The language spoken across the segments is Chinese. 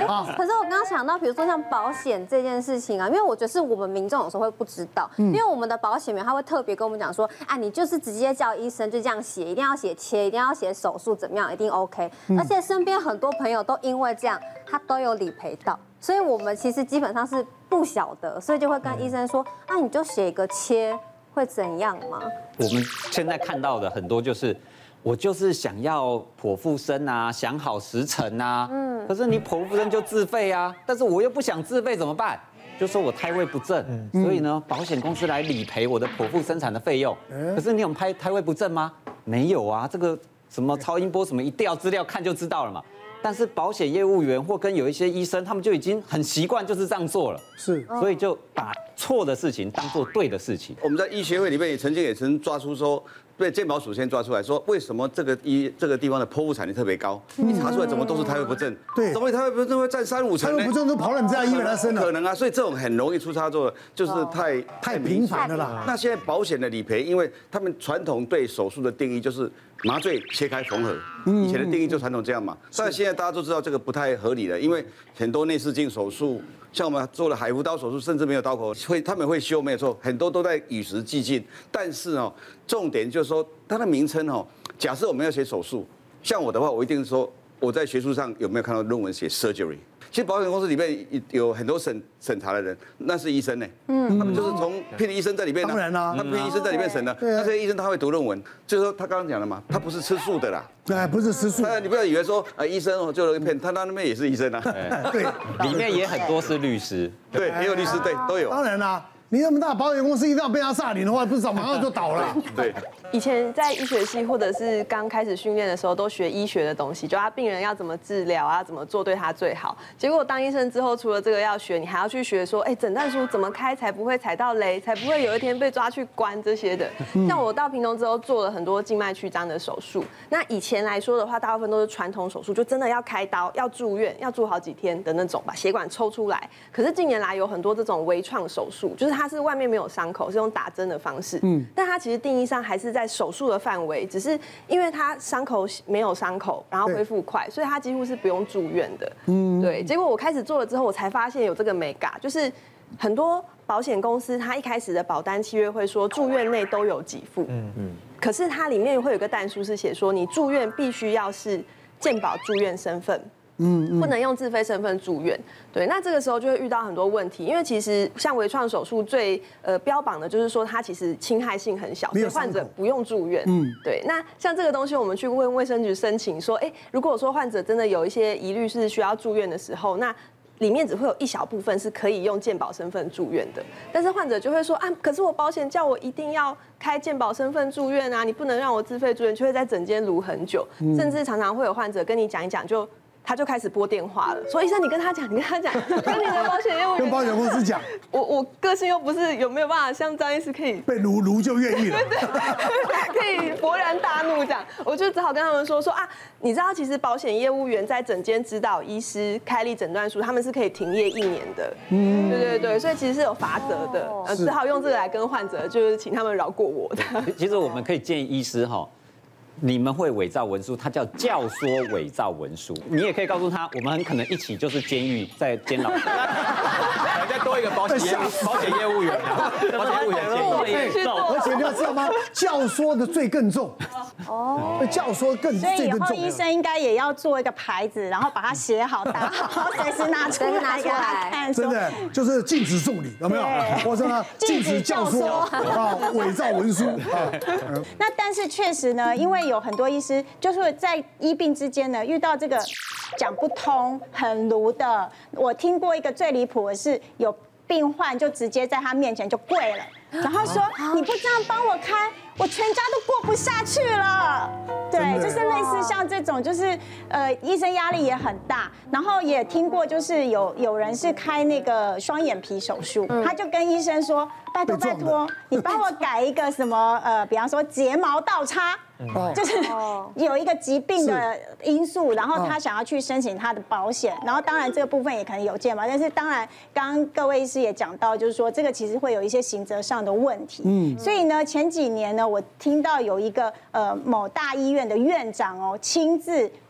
可是我刚刚想到，比如说像保险这件事情啊，因为我觉得是我们民众有时候会不知道，因为我们的保险员他会特别跟我们讲说，啊，你就是直接叫医生就这样写，一定要写切，一定要写手术怎么样，一定 OK。而且身边很多朋友都因为这样，他都有理赔到，所以我们其实基本上是不晓得，所以就会跟医生说，啊，你就写一个切会怎样吗？ 我们现在看到的很多就是。我就是想要剖腹生啊，想好时辰啊，可是你剖腹生就自费啊，但是我又不想自费怎么办？就说我胎位不正，所以呢，保险公司来理赔我的剖腹生产的费用。可是你有胎位不正吗？没有啊，这个什么超音波什么一调资料看就知道了嘛。但是保险业务员或跟有一些医生，他们就已经很习惯就是这样做了，所以就把错的事情当做对的事情。 我们在医学会里面也曾抓出说。被健保署先抓出来说，为什么这个地方的剖腹产率特别高？一查出来怎么都是胎位不正？ 对， 怎么胎位不正会占3-5成呢？ 胎位不正都跑到你这家医院来生了， 可能啊，所以这种很容易出差错，就是太频繁了啦。 那现在保险的理赔，因为他们传统对手术的定义就是麻醉切开缝合，以前的定义就传统这样嘛。但现在大家都知道这个不太合理了，因为很多内视镜手术。像我们做了海扶刀手术，甚至没有刀口，他们会修没有错，很多都在与时俱进。但是哦，重点就是说它的名称哦，假设我们要写手术，像我的话，我一定是说我在学术上有没有看到论文写 surgery。其实保险公司里面有很多审查的人，那是医生呢，他们就是从聘医生在里面， 当然啦， 他们聘医生在里面审的，那些医生他会读论文，就是说他刚刚讲了嘛，他不是吃素的啦， 对，不是吃素， 你不要以为说医生就能骗，他那边也是医生啊， 对， 里面也很多是律师， 对，也有律师，对，都有， 当然啦。你那么大保险公司一定要被他诈领的话，不是马上就倒了。 对， 以前在医学系或者是刚开始训练的时候，都学医学的东西，就他病人要怎么治疗啊，怎么做对他最好。结果当医生之后，除了这个要学，你还要去学说，诊断书怎么开才不会踩到雷，才不会有一天被抓去关这些的。像我到屏东之后做了很多静脉曲张的手术，那以前来说的话，大部分都是传统手术，就真的要开刀、要住院、要住好几天的那种，把血管抽出来。可是近年来有很多这种微创手术，就是它是外面没有伤口，是用打针的方式，但它其实定义上还是在手术的范围，只是因为它伤口没有伤口，然后恢复快，所以它几乎是不用住院的。对。结果我开始做了之后，我才发现有这个美感，就是很多保险公司它一开始的保单契约会说住院内都有给付，可是它里面会有个但书是写说你住院必须要是健保住院身份。不能用自费身份住院。对，那这个时候就会遇到很多问题，因为其实像微创手术最标榜的就是说它其实侵害性很小，所以患者不用住院。对。那像这个东西，我们去问卫生局申请说，如果说患者真的有一些疑虑是需要住院的时候，那里面只会有一小部分是可以用健保身份住院的，但是患者就会说啊，可是我保险叫我一定要开健保身份住院啊，你不能让我自费住院，就会在诊间撸很久，甚至常常会有患者跟你讲一讲他就开始拨电话了，说医生你跟他讲，跟你的保险业务员跟保险公司讲。 我个性又不是有没有办法像张医师可以被撸就愿意了， 可以勃然大怒这样，我就只好跟他们说啊，你知道其实保险业务员在诊间指导医师开立诊断书，他们是可以停业1年的。对，所以其实是有罚则的，只好用这个来跟患者就是请他们饶过我的。 其实我们可以建议医师你们会伪造文书，它叫教唆伪造文书。你也可以告诉他，我们很可能一起就是监狱，在监牢。再多一个保险业务员，保险业务员监狱。 而且你要知道吗？教唆的罪更重。教唆更所以以后医生应该也要做一个牌子，然后把它写好、打好，随时拿出来给他看。 真的就是禁止送礼，有没有？或者呢，禁止教唆伪造文书。 那但是确实呢，因为有很多医师就是在医病之间呢遇到这个讲不通、很卢的。我听过一个最离谱的是，有病患就直接在他面前就跪了，然后说：“你不这样帮我开，我全家都过不下去了。”对，就是类似像这种，就是医生压力也很大。然后也听过，就是有人是开那个双眼皮手术，他就跟医生说：“拜托，你帮我改一个什么比方说睫毛倒插。”就是有一个疾病的因素，然后他想要去申请他的保险，然后当然这个部分也可能有健保，但是当然刚刚各位医师也讲到，就是说这个其实会有一些刑责上的问题。所以呢，前几年呢，我听到有一个某大医院的院长亲自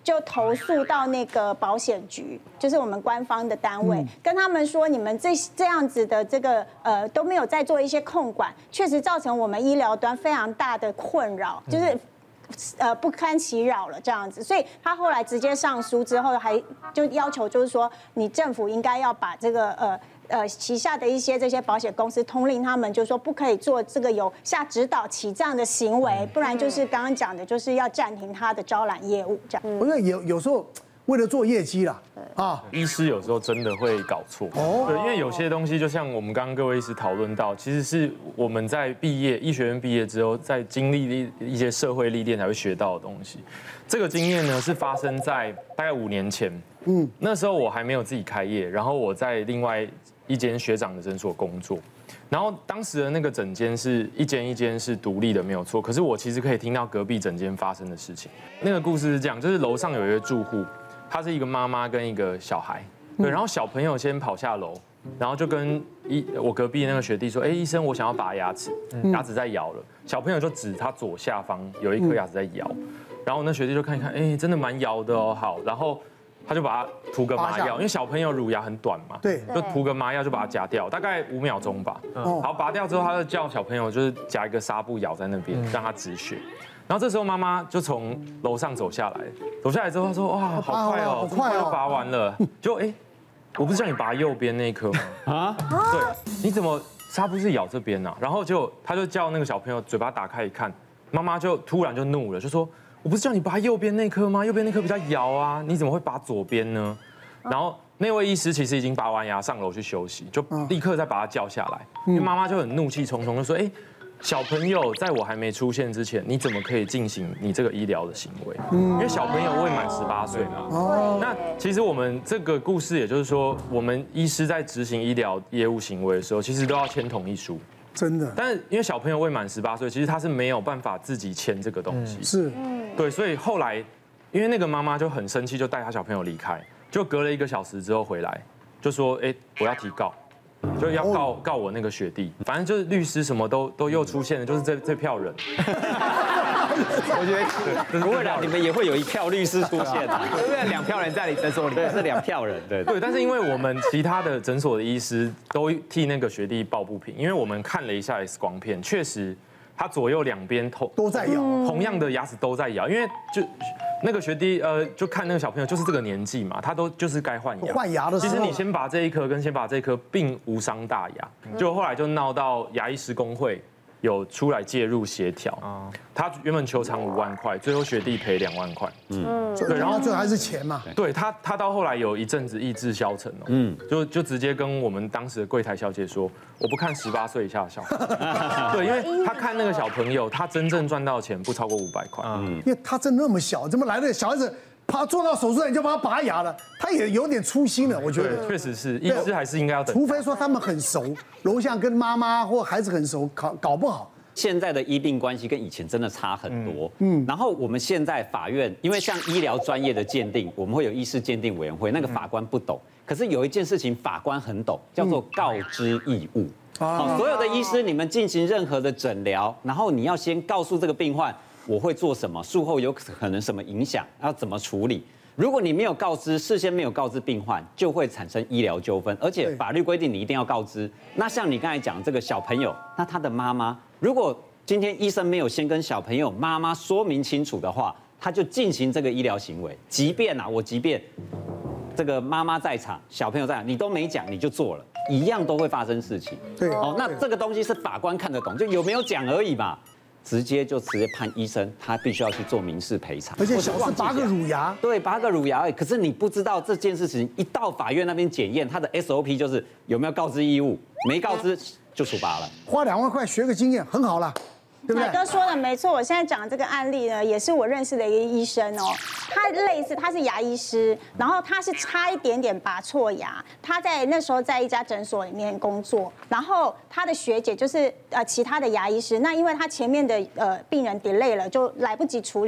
就投诉到那个保险局，就是我们官方的单位，跟他们说你们这样子的这个都没有在做一些控管，确实造成我们医疗端非常大的困扰，就是不堪其扰了这样子。所以他后来直接上书之后，还就要求就是说，你政府应该要把这个旗下的一些这些保险公司通令他们，就是说不可以做这个有下指导起账的行为，不然就是刚刚讲的，就是要暂停他的招揽业务这样。 我觉得有时候为了做业绩啦， 医师有时候真的会搞错。对，因为有些东西就像我们刚刚各位医师讨论到，其实是我们在医学院毕业之后，在经历一些社会历练才会学到的东西。这个经验呢是发生在大概5年前，那时候我还没有自己开业，然后我在另外一间学长的诊所工作，然后当时的那个诊间是一间是独立的，没有错。可是我其实可以听到隔壁诊间发生的事情。那个故事是这样，就是楼上有一个住户，他是一个妈妈跟一个小孩，对，然后小朋友先跑下楼，然后就跟我隔壁那个学弟说，医生，我想要拔牙齿，牙齿在摇了。小朋友就指他左下方有一颗牙齿在摇，然后那学弟就看一看，真的蛮摇的哦，好，然后他就把它涂个麻药，因为小朋友乳牙很短嘛， 对， 就涂个麻药就把它夹掉，大概5秒钟吧。好，拔掉之后，他就叫小朋友就是夹一个纱布咬在那边，让他止血。然后这时候妈妈就从楼上走下来之后她说，哇，好快哦，这么快就拔完了。就我不是叫你拔右边那一颗吗？对，你怎么纱布是咬这边呢？然后他就叫那个小朋友嘴巴打开一看，妈妈就突然就怒了，就说，我不是叫你拔右边那颗吗？右边那颗比较摇啊，你怎么会拔左边呢？然后那位医师其实已经拔完牙上楼去休息，就立刻再把他叫下来，因为妈妈就很怒气冲冲，就说，小朋友在我还没出现之前，你怎么可以进行你这个医疗的行为？因为小朋友未满18岁嘛。那其实我们这个故事，也就是说，我们医师在执行医疗业务行为的时候，其实都要签同意书。 真的。 但是因为小朋友未满18岁，其实他是没有办法自己签这个东西。 是。 对，所以后来，因为那个妈妈就很生气，就带他小朋友离开，就隔了1个小时之后回来，就说，我要提告。就要告我那个学弟，反正就是律师什么都又出现了，就是这票人。 我觉得不会啦，你们也会有1票律师出现的， 对不对？2票人在你诊所里， 对，是2票人，对。 对，但是因为我们其他的诊所的医师都替那个学弟抱不平，因为我们看了一下 X 光片，确实他左右2边都在摇， 同样的牙齿都在摇，因为就那个学弟就看那个小朋友就是这个年纪嘛，他都就是该换牙。 换牙的时候， 其实你先拔这一颗跟先拔这一颗并无伤大雅，就后来就闹到牙医师工会有出来介入协调。他原本求偿5万块，最后学弟赔2万块。 对，然后最后还是钱嘛。 对他到后来有一阵子意志消沉哦，就直接跟我们当时的柜台小姐说，我不看18岁以下的小孩。对，因为他看那个小朋友，他真正赚到的钱不超过500块。 因为他真的那么小，怎么来的小孩子？做到手术你就把他拔牙了，他也有点粗心了，我觉得。 确实是，医师还是应该要等。 除非说他们很熟，楼下跟妈妈或孩子很熟，搞不好。 现在的医病关系跟以前真的差很多。然后我们现在法院，因为像医疗专业的鉴定，我们会有医师鉴定委员会，那个法官不懂。可是有一件事情法官很懂，叫做告知义务。好，所有的医师，你们进行任何的诊疗，然后你要先告诉这个病患，我会做什么，术后有可能什么影响，要怎么处理。如果你没有告知，事先没有告知病患，就会产生医疗纠纷，而且法律规定你一定要告知。那像你刚才讲这个小朋友，那他的妈妈，如果今天医生没有先跟小朋友妈妈说明清楚的话，他就进行这个医疗行为，即便这个妈妈在场，小朋友在场，你都没讲你就做了，一样都会发生事情。 对， 那这个东西是法官看得懂，就有没有讲而已嘛。直接判医生，他必须要去做民事赔偿， 而且小事拔个乳牙， 对，拔个乳牙而已。可是你不知道这件事情一到法院那边检验，他的 SOP 就是有没有告知义务，没告知就处罚了。 花2万块学个经验很好啦。对不对？ 奶哥说的没错，我现在讲的这个案例呢，也是我认识的一个医生哦。他是牙医师，然后他是差一点点拔错牙。他那时候在一家诊所里面工作，然后他的学姐就是其他的牙医师，那因为他前面的病人 delay 了，就来不及处理，就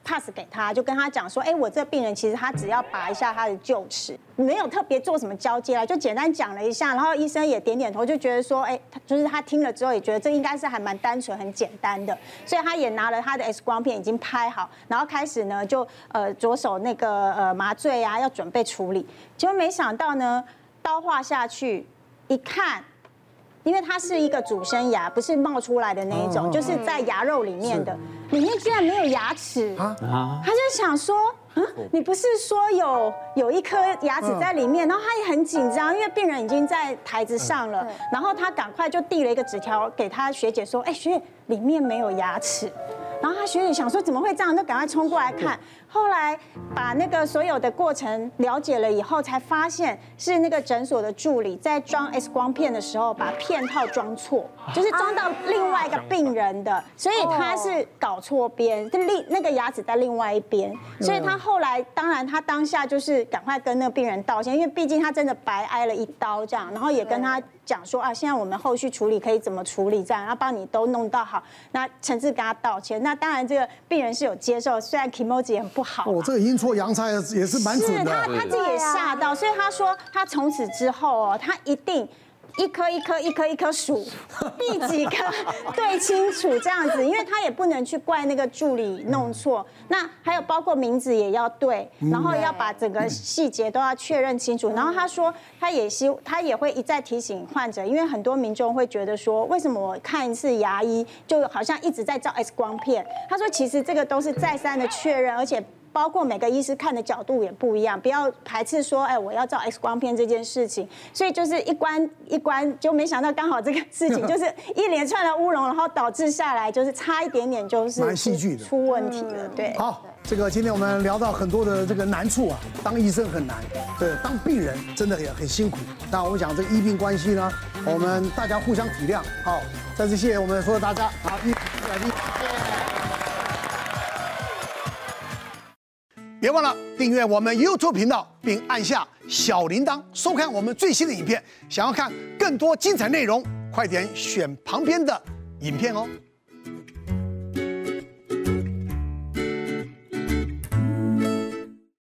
pass 给他，就跟他讲说，哎，我这病人其实他只要拔一下他的臼齿，没有特别做什么交接啦，就简单讲了一下，然后医生也点点头，就觉得说，哎，就是他听了之后也觉得这应该是还蛮单纯、很简单的，所以他也拿了他的 X 光片已经拍好，然后开始呢就着手那个麻醉啊，要准备处理，结果没想到呢，刀划下去一看。因为它是一个主生牙，不是冒出来的那一种，就是在牙肉里面的，里面居然没有牙齿啊！他就想说，你不是说有一颗牙齿在里面？然后他也很紧张，因为病人已经在台子上了，然后他赶快就递了一个纸条给他学姐说，哎，学姐，里面没有牙齿。然后他学姐想说怎么会这样，就赶快冲过来看。后来把那个所有的过程了解了以后，才发现是那个诊所的助理在装 X 光片的时候把片套装错，就是装到另外一个病人的，所以他是搞错边，那个牙齿在另外一边。所以他后来当然他当下就是赶快跟那个病人道歉，因为毕竟他真的白挨了一刀这样，然后也跟他讲说啊，现在我们后续处理可以怎么处理这样，然后帮你都弄到好。那诚挚跟他道歉。那当然这个病人是有接受，虽然 Kimoji 也很不好。 这个阴错阳差也是蛮准的。 是他自己也吓到，所以他说他从此之后哦，他一定。一颗数，第几颗对清楚这样子，因为他也不能去怪那个助理弄错。那还有包括名字也要对，然后要把整个细节都要确认清楚。然后他说他也会一再提醒患者，因为很多民众会觉得说，为什么我看一次牙医就好像一直在照 X 光片？他说其实这个都是再三的确认，而且。包括每个医师看的角度也不一样，不要排斥说，哎，我要照 X 光片这件事情。所以就是一关一关，就没想到刚好这个事情就是一连串的乌龙，然后导致下来就是差一点点就是蛮戏剧的出问题了。对， 好，这个今天我们聊到很多的这个难处啊，当医生很难，对，当病人真的也很辛苦。那我们讲这个医病关系呢，我们大家互相体谅。好，再次谢谢我们所有大家。好，别忘了订阅我们 YouTube 频道，并按下小铃铛，收看我们最新的影片。想要看更多精彩内容，快点选旁边的影片哦。